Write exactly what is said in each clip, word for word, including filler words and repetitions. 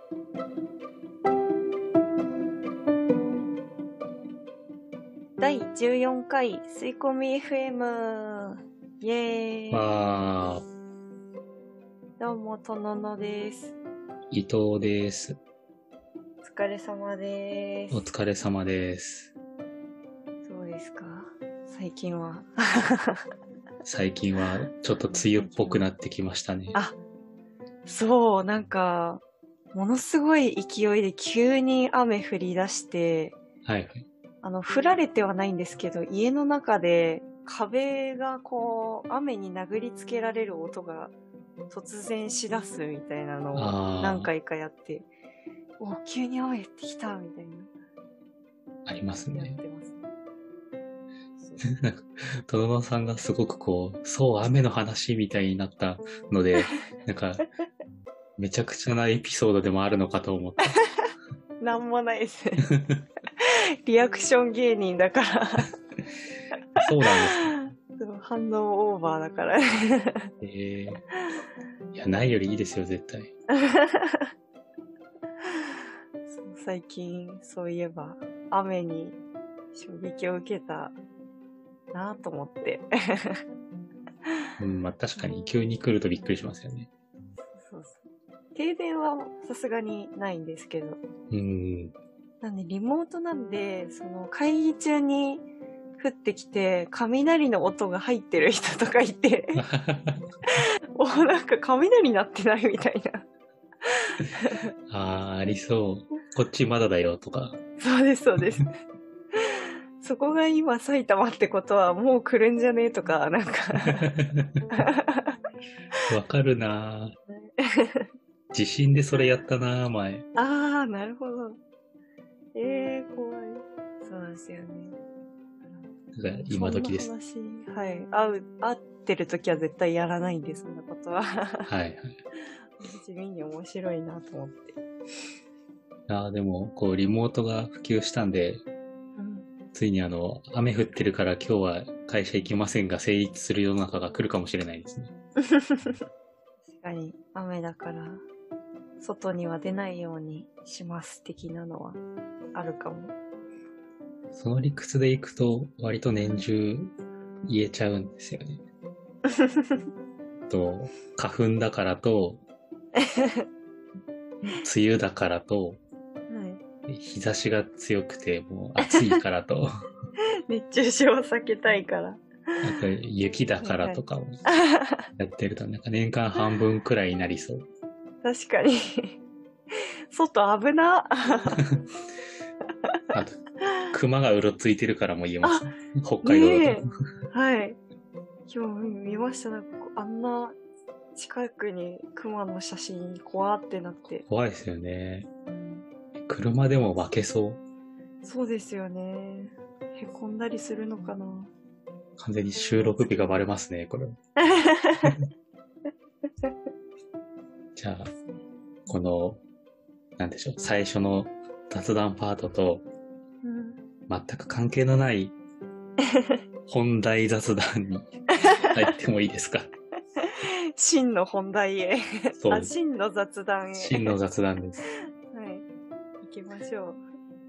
だいじゅうよんかい吸い込み エフエム イエーイ。 わー、 どうもとののです。 伊藤です。 お疲れ様です。 お疲れ様です。 そうですか。最近は最近はちょっと梅雨っぽくなってきましたね。 あ、そう、なんかものすごい勢いで急に雨降り出して、 はいはい。 あの降られてはないんですけど、家の中で壁がこう雨に殴りつけられる音が突然しだすみたいなのを何回かやって、お、急に雨降ってきたみたいな。 ありますね。 やってますね。 なんか、とどのさんがすごくこう、そう、雨の話みたいになったので、なんか、めちゃくちゃなエピソードでもあるのかと思った。 なんもないですね。リアクション芸人だから。 そうなんですね。反応オーバーだからね。 えー、いや、ないよりいいですよ、絶対。 そう、最近、そういえば、雨に衝撃を受けたなぁと思って。 うん、まあ確かに急に来るとびっくりしますよね。 そうそう。停電はさすがにないんですけど。 うん。 なんでリモートなんで、その会議中に降ってきて雷の音が入ってる人とかいてお、なんか雷鳴ってないみたいな。 あー、ありそう。こっちまだだよとか。 そうですそうです。そこが今埼玉ってことはもう来るんじゃねえとか、なんかわかるなぁ。地震でそれやったなぁ、前。 あー、なるほど。えー、怖い。そうなんですよね。 だから今時です。 そんな話、はい。会う、会ってる時は絶対やらないんで、そんなことは。 はいはい。 地味に面白いなと思って。 ああ、でも、こう、リモートが普及したんで、 うん、 ついにあの、雨降ってるから今日は会社行きませんが成立する世の中が来るかもしれないですね。 確かに、雨だから、外には出ないようにします的なのはあるかも。 その理屈で行くと、割と年中言えちゃうんですよね。と、花粉だからと、梅雨だからと、 はい、 日差しが強くてもう暑いからと、 熱中症を避けたいから。 あと雪だからとかもやってると、なんか年間半分くらいになりそう。 確かに。外危な。 あと、熊がうろついてるからも言えます、ね。北海道だと。 はい。今日見ました。なんかあんな近くに熊の写真怖ってなって。 怖いですよね。 うん、 車でも負けそう。 そうですよね。へこんだりするのかな。 完全に収録日がバレますね、これ。じゃあ、この、なんでしょう、最初の雑談パートと、うん、全く関係のない本題雑談に入ってもいいですか？ 真の本題へ。そう。あ、真の雑談へ。 真の雑談です。 はい。行きましょう。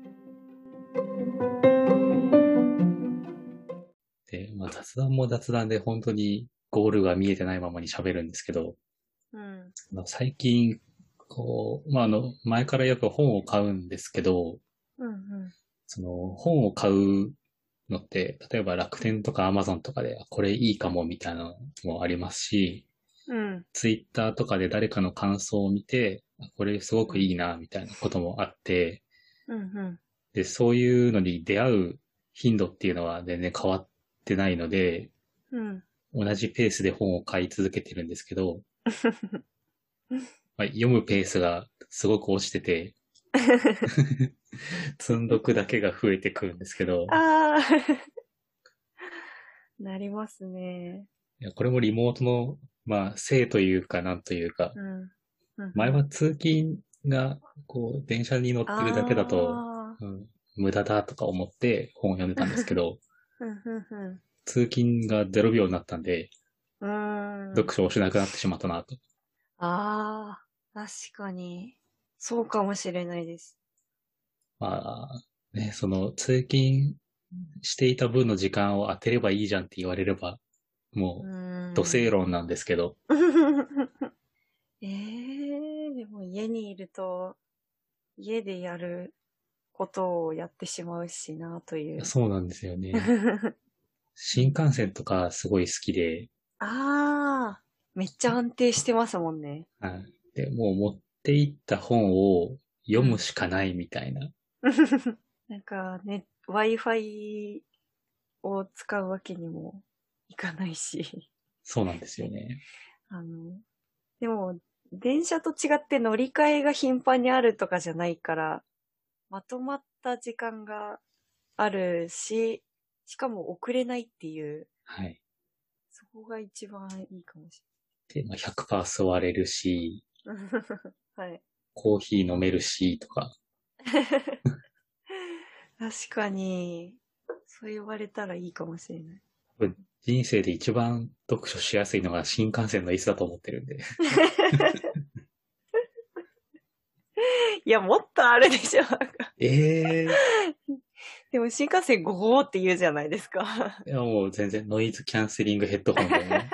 で、まあ、雑談も雑談で本当にゴールが見えてないままに喋るんですけど、うん、まあ、最近、こう、まあ、あの、前からよく本を買うんですけど、うんうん、その本を買うのって、例えば楽天とかアマゾンとかで、これいいかもみたいなのもありますし、うん、ツイッターとかで誰かの感想を見て、これすごくいいなみたいなこともあって、うんうん、で、そういうのに出会う頻度っていうのは全然変わってないので、うん、同じペースで本を買い続けてるんですけど、まあ、読むペースがすごく落ちてて、積んどくだけが増えてくるんですけど。 ああ。なりますね。 いや、これもリモートの、まあ、せいというか、なんというか、うんうん、前は通勤が、こう、電車に乗ってるだけだと、うん、無駄だとか思って本を読んでたんですけど、通勤がゼロびょうになったんで、うん、読書をしなくなってしまったなと。 ああ、確かに。 そうかもしれないです。 まあ、ね、その通勤していた分の時間を当てればいいじゃんって言われれば、もう、土星論なんですけど。 ええー、でも家にいると、家でやることをやってしまうしな、という。 そうなんですよね。新幹線とかすごい好きで。 ああ、めっちゃ安定してますもんね。 はい。で、もう持っていった本を読むしかないみたいな。 うん、なんかね、Wi-Fi を使うわけにもいかないし。 そうなんですよね。 あの、でも、電車と違って乗り換えが頻繁にあるとかじゃないから、まとまった時間があるし、しかも遅れないっていう。 はい。 そこが一番いいかもしで、まあ、ひゃくパーセント座れるし、 はい。 コーヒー飲めるし、とか。 確かに、そう言われたらいいかもしれない。 人生で一番読書しやすいのが新幹線の椅子だと思ってるんで。 いや、もっとあるでしょ。 ええー。 でも新幹線ゴーって言うじゃないですか。 いや、もう全然ノイズキャンセリングヘッドホンでね。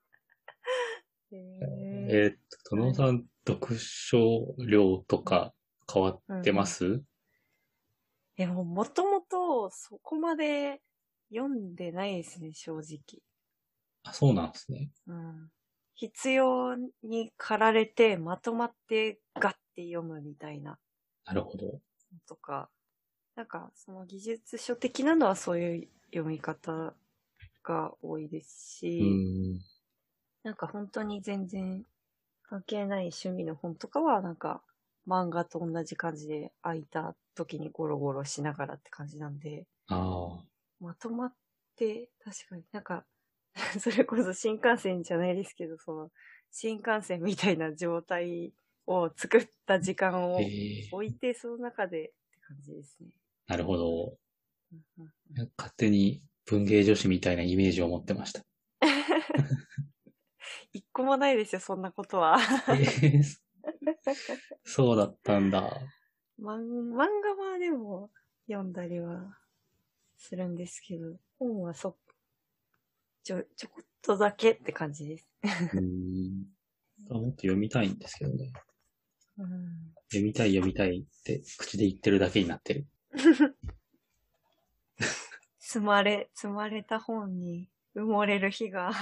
えー、っと、殿さん、読書量とか変わってます？うんうん、 でも、もともとそこまで読んでないですね、正直。 あ、そうなんですね。 うん。必要に駆られて、まとまってガッて読むみたいな。 なるほど。 とか、なんか、その技術書的なのはそういう読み方が多いですし、うん、なんか本当に全然関係ない趣味の本とかは、なんか漫画と同じ感じで空いた時にゴロゴロしながらって感じなんで、 あ、 まとまって、確かになんか、それこそ新幹線じゃないですけど、その、新幹線みたいな状態を作った時間を置いて、その中でって感じですね。 なるほど。勝手に文芸女子みたいなイメージを持ってました。 一個もないですよ、そんなことは。えー、 そうだったんだ。 漫漫画はでも読んだりはするんですけど、本はそ、ちょ、ちょこっとだけって感じです。 うん。もっと読みたいんですけどね。うん、読みたい読みたいって口で言ってるだけになってる。 積まれ、積まれた本に埋もれる日が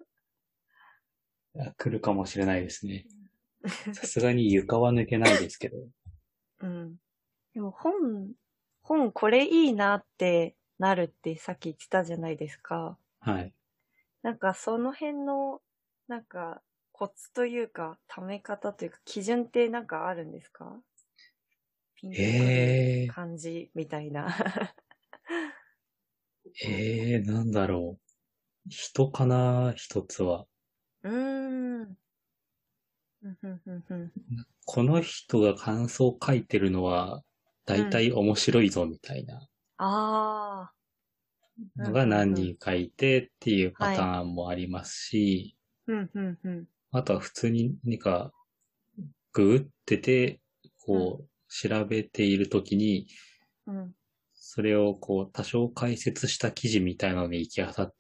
来るかもしれないですね。さすがに床は抜けないですけど。 うん。でも本、本これいいなってなるってさっき言ってたじゃないですか。 はい。 なんかその辺の、なんかコツというか、ため方というか、基準ってなんかあるんですか？ピンとくる感じみたいな。 えー、なんだろう。人かな、一つは。うーん。この人が感想を書いてるのは、だいたい面白いぞ、みたいな。ああ。のが何人書いてっていうパターンもありますし、あとは普通に何か、ググってて、こう、調べているときに、うん、それをこう、多少解説した記事みたいなのに行き当たって、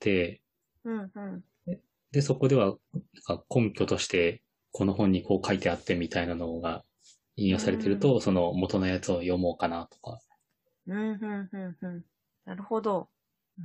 うんうん、で、そこでは、なんか根拠として、この本にこう書いてあってみたいなのが引用されてると、うん、その元のやつを読もうかなとか。うんうんうんうん、なるほど。うん、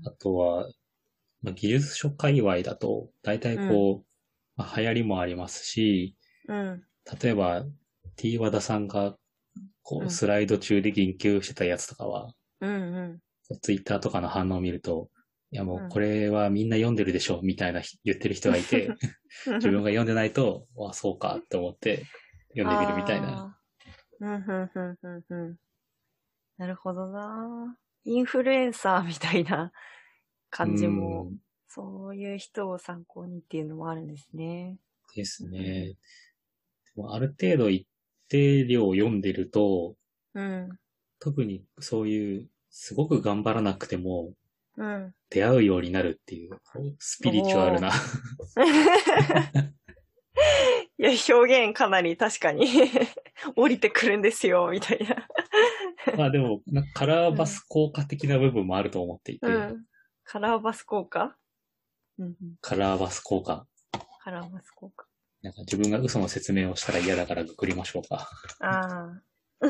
あとは、まあ、技術書界隈だと、大体こう、うん、まあ、流行りもありますし、うん、例えば、T 和田さんが、こう、スライド中で言及してたやつとかは、うんうん、ツイッターとかの反応を見ると、いやもうこれはみんな読んでるでしょ、みたいな言ってる人がいて、自分が読んでないと、わ、そうかって思って読んでみるみたいな。うんうんうんうんうん、なるほどな。インフルエンサーみたいな感じも、そういう人を参考にっていうのもあるんですね。ですね。でもある程度一定量読んでると、うん、特にそういうすごく頑張らなくても、うん、出会うようになるっていう、スピリチュアルな。いや、表現かなり確かに降りてくるんですよ、みたいな。 まあでも、なんかカラーバス効果的な部分もあると思っていて。うん、 カラーバス効果、 うん、カラーバス効果。 カラーバス効果。 なんか自分が嘘の説明をしたら嫌だからググりましょうか。ああ。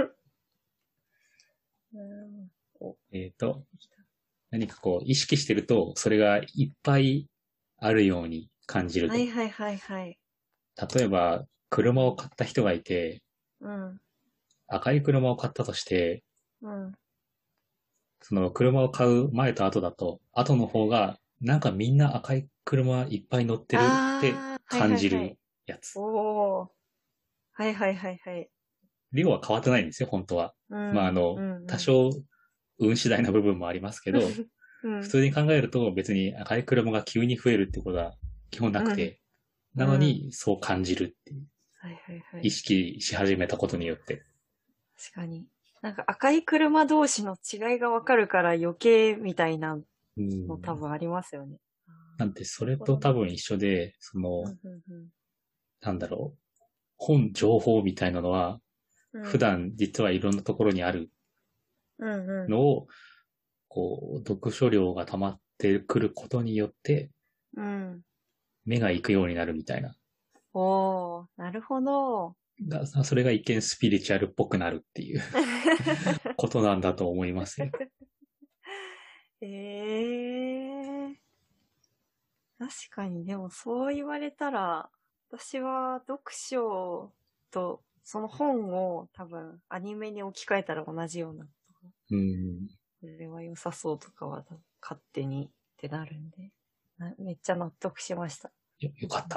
えっと、何かこう意識してると、それがいっぱいあるように感じると。 はいはいはいはい。 例えば、車を買った人がいて、うん、赤い車を買ったとして、うん、その車を買う前と後だと、後の方が、なんかみんな赤い車いっぱい乗ってるって感じるやつ。 はいはいはい、おー。はいはいはいはい。 量は変わってないんですよ、本当は。うん、まあ、あの、うんうん、多少、運次第な部分もありますけど、うん、普通に考えると別に赤い車が急に増えるってことは基本なくて、うん、なのにそう感じるっていう、はいはいはい。意識し始めたことによって。 確かに。なんか赤い車同士の違いがわかるから余計みたいなの多分ありますよね。 うん、なんでそれと多分一緒で、その、うんうんうん、なんだろう、本情報みたいなのは、普段実はいろんなところにあるのを、こう、読書量が溜まってくることによって、うん、目が行くようになるみたいな。 おー、なるほど。 がそれが一見スピリチュアルっぽくなるっていうことなんだと思いますよ。 えー、確かに、でもそう言われたら、私は読書とその本を多分アニメに置き換えたら同じような。うん。これは良さそうとかは勝手にってなるんで。めっちゃ納得しました。 よ、よかった。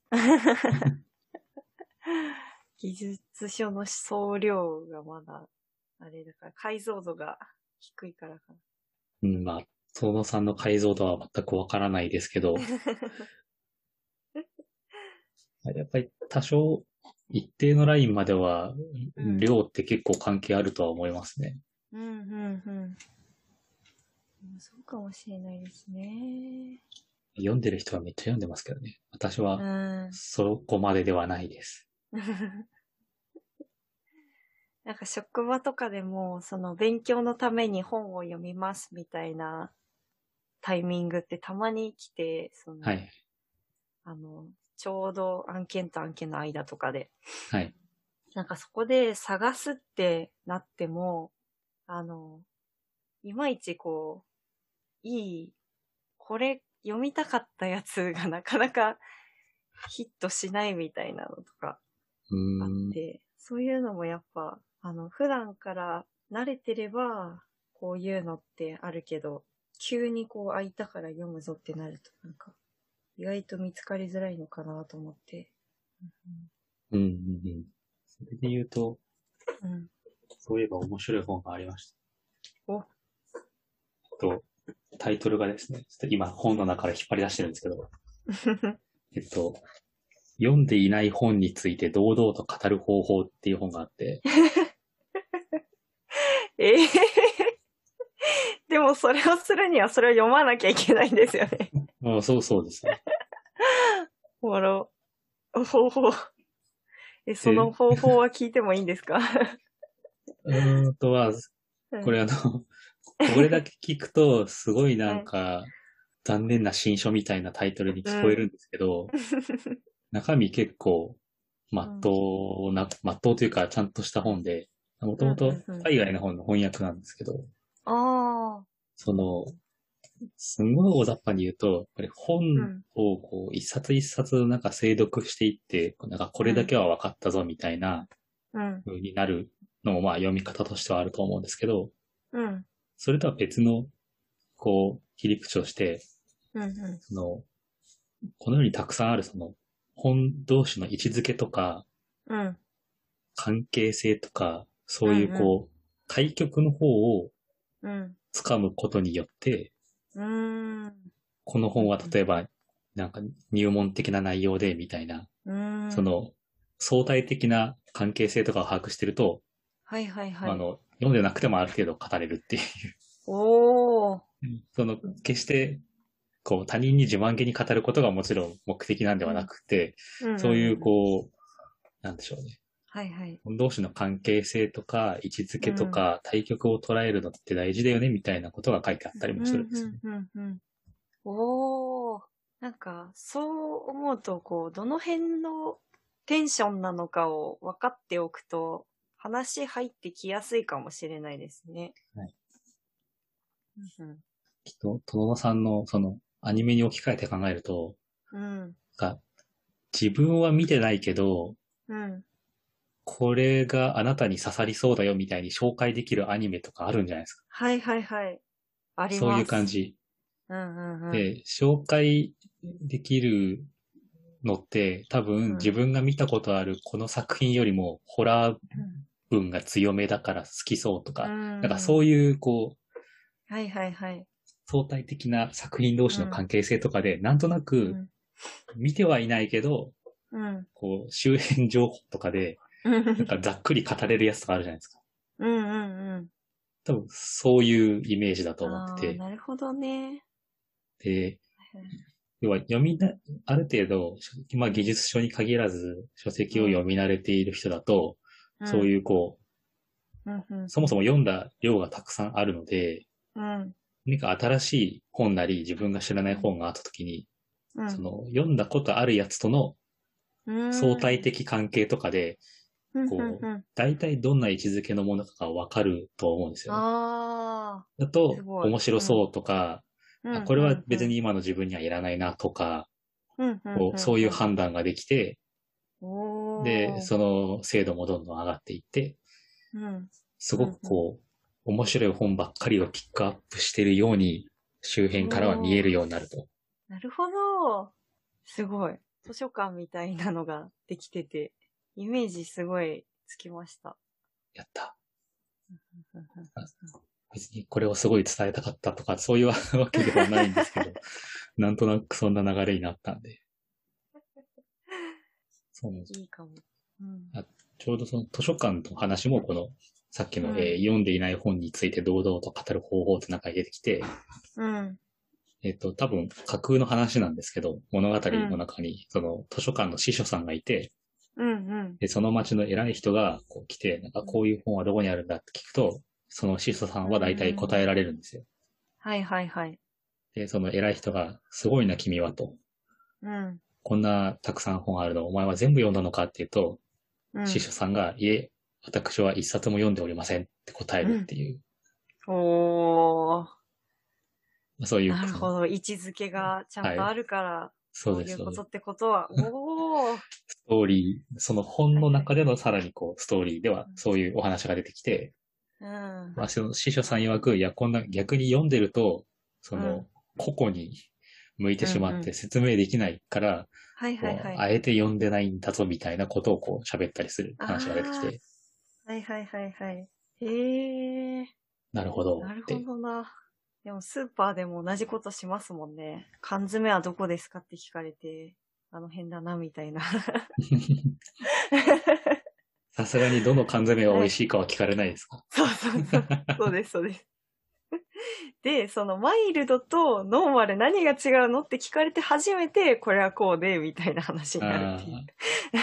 技術書の総量がまだ、あれだから解像度が低いからかな。 うん、まあ、遠野さんの解像度は全くわからないですけど、やっぱり多少一定のラインまでは、量って結構関係あるとは思いますね。うん、うん、うん。 そうかもしれないですね。 読んでる人はめっちゃ読んでますけどね。私は、そこまでではないです。 なんか職場とかでも、その勉強のために本を読みますみたいなタイミングってたまに来て、その、はい、あの、ちょうど案件と案件の間とかで。はい。なんかそこで探すってなっても、あの、いまいちこう、いい、これ読みたかったやつがなかなかヒットしないみたいなのとかあって、そういうのもやっぱ、あの、普段から慣れてれば、こういうのってあるけど、急にこう空いたから読むぞってなると、なんか、意外と見つかりづらいのかなと思って。 うん、うん、うん。それで言うと、うん、そういえば面白い本がありました。おと、タイトルがですね、ちょっと今本の中から引っ張り出してるんですけど、えっと、読んでいない本について堂々と語る方法っていう本があって。 えー、でもそれをするにはそれを読まなきゃいけないんですよね。 ああ、そうそうですね。 おもろ。方法。え、その方法は聞いてもいいんですか？ うーんとは、これあの、これだけ聞くと、すごいなんか、残念な新書みたいなタイトルに聞こえるんですけど、うん、中身結構、まっとうな、まっとうというか、ちゃんとした本で、もともと海外の本の翻訳なんですけど、ああ。その、すんごい大雑把に言うと、やっぱり本をこう、一冊一冊なんか精読していって、なんかこれだけは分かったぞみたいな風になるのもまあ読み方としてはあると思うんですけど、うん、それとは別の、こう、切り口をして、うんうん、その、このようにたくさんあるその、本同士の位置づけとか、うん、関係性とか、そういうこう、うんうん、対極の方を掴むことによって、うん、この本は例えば、なんか入門的な内容でみたいな、うん、その相対的な関係性とかを把握してると、はいはいはい。あの、読んでなくてもある程度語れるっていう。おー。その、決して、こう、他人に自慢げに語ることがもちろん目的なんではなくて、うん、そういう、こう、なんでしょうね。 はいはい。 同士の関係性とか、位置づけとか、うん、対局を捉えるのって大事だよね、みたいなことが書いてあったりもするんですよね。 うんうんうんうん、おー。なんか、そう思うと、こう、どの辺のテンションなのかを分かっておくと、話入ってきやすいかもしれないですね。はい。 うん、きっと、とどまさんの、その、アニメに置き換えて考えると、うん。が自分は見てないけど、うん。これがあなたに刺さりそうだよみたいに紹介できるアニメとかあるんじゃないですか。 はいはいはい。あります。 そういう感じ。うんうんうん。で、紹介できるのって多分、うん、自分が見たことあるこの作品よりもホラー分が強めだから好きそうとか、うん、なんかそういうこう、はいはいはい。 相対的な作品同士の関係性とかで、うん、なんとなく見てはいないけど、うん、こう周辺情報とかで、なんかざっくり語れるやつとかあるじゃないですか。うんうんうん。多分そういうイメージだと思ってて。 なるほどね。 で、要は読みな、ある程度、まあ技術書に限らず書籍を読み慣れている人だと、うん、そういうこう、うんうんうん、そもそも読んだ量がたくさんあるので、うん、何か新しい本なり自分が知らない本があったときに、うん、その読んだことあるやつとの相対的関係とかで、こう、大体どんな位置づけのものかがわかると思うんですよね。あだと、面白そうとか、うん、これは別に今の自分にはいらないなとか、うんこうそういう判断ができて、で、その精度もどんどん上がっていって、うん、すごくこう、面白い本ばっかりをピックアップしているように、周辺からは見えるようになると。 なるほど。すごい。図書館みたいなのができてて、イメージすごいつきました。 やった。別にこれをすごい伝えたかったとか、そういうわけではないんですけど、なんとなくそんな流れになったんで。そうなんです。 いいかも。 うん、あちょうどその図書館の話もこの、さっきの、うんえー、読んでいない本について堂々と語る方法って中に出てきて、うん、えっと、多分架空の話なんですけど、物語の中に、その図書館の司書さんがいて、うんうん、でその町の偉い人がこう来て、なんかこういう本はどこにあるんだって聞くと、その司書さんは大体答えられるんですよ。 はいはいはい。 で、その偉い人が、すごいな君はと。うん、こんなたくさん本あるの、お前は全部読んだのかっていうと、うん、司書さんが、いえ、私は一冊も読んでおりませんって答えるっていう。うん、おー。そういう。 なるほど。位置づけがちゃんとあるから、はい、そういうことってことは、おー。 ストーリー、その本の中でのさらにこう、ストーリーではそういうお話が出てきて、うん。まあ、その司書さん曰く、いや、こんな逆に読んでると、その、個々に向いてしまって説明できないから、はいはいはい。あえて読んでないんだぞみたいなことをこう喋ったりする話が出てきて。 はいはいはいはい。へえ。 なるほど。 なるほどな。でもスーパーでも同じことしますもんね。缶詰はどこですかって聞かれて、あの辺だなみたいな。 さすがにどの缶詰が美味しいかは聞かれないですか？ そうそうそう。そうですそうです。で、そのマイルドとノーマル何が違うのって聞かれて初めて、これはこうで、みたいな話になるっていう。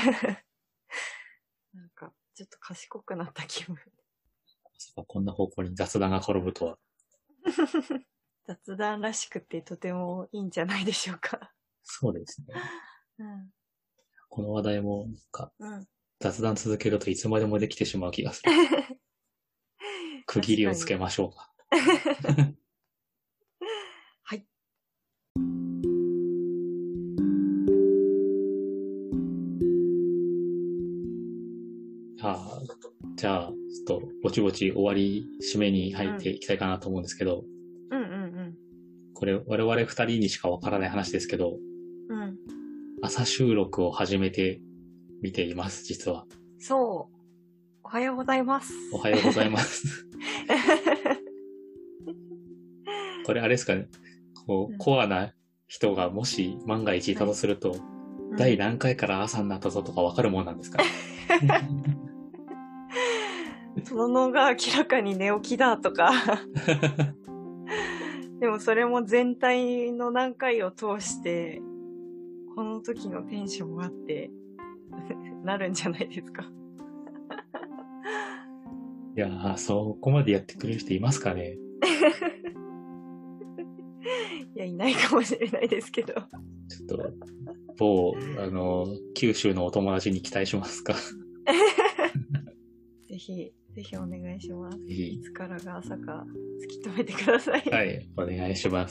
なんか、ちょっと賢くなった気分。 こんな方向に雑談が転ぶとは。 雑談らしくてとてもいいんじゃないでしょうか。 そうですね。うん、この話題もなんか、うん、雑談続けるといつまでもできてしまう気がする。区切りをつけましょうか。はい。ああ、じゃあ、ちょっとぼちぼち終わり締めに入っていきたいかなと思うんですけど、うん、うんうんうんこれ我々二人にしかわからない話ですけど、うん、朝収録を始めてみています、実は。 そう。おはようございます。 おはようございます。これあれですかね、こう、うん、コアな人がもし万が一いたとすると、はいうん、第何回から朝になったぞとかわかるもんなんですかね。 その脳が明らかに寝起きだとか。でもそれも全体の何回を通して、この時のテンションがあって、なるんじゃないですか。 いやー、そこまでやってくれる人いますかね。 いや、いないかもしれないですけど。ちょっと、某、あの、九州のお友達に期待しますか。 ぜひ、ぜひお願いします。いつからが朝か突き止めてください。 はい、お願いします。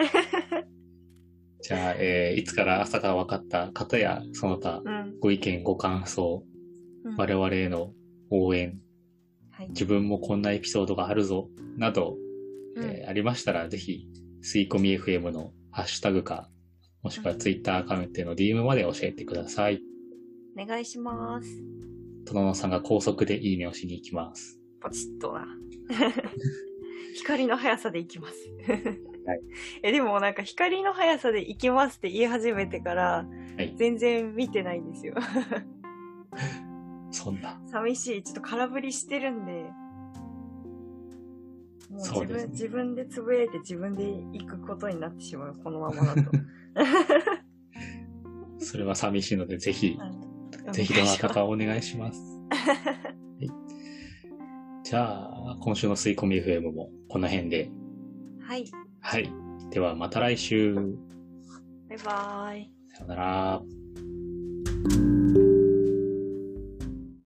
じゃあ、えー、いつから朝が分かった方や、その他、うん、ご意見、ご感想、うん、我々への応援、はい、自分もこんなエピソードがあるぞ、など、うん、えー、ありましたら、ぜひ、吸い込み エフエム のハッシュタグか、もしくは Twitter アカウントへの ディーエム まで教えてください。 お願いします。 とののさんが高速でいいねをしに行きます。 ポチッとな。光の速さで行きます。はい、えでもなんか光の速さで行きますって言い始めてから、はい、全然見てないんですよ。 そんな。 寂しい。ちょっと空振りしてるんで。もう自分、ね、自分でつぶやいて自分で行くことになってしまう。このままだと。 それは寂しいので、ぜひ、ぜひどなたかお願いします。はい、じゃあ、今週の吸い込み エフエム もこの辺で。 はい。 はい。ではまた来週。 バイバーイ。 さよなら。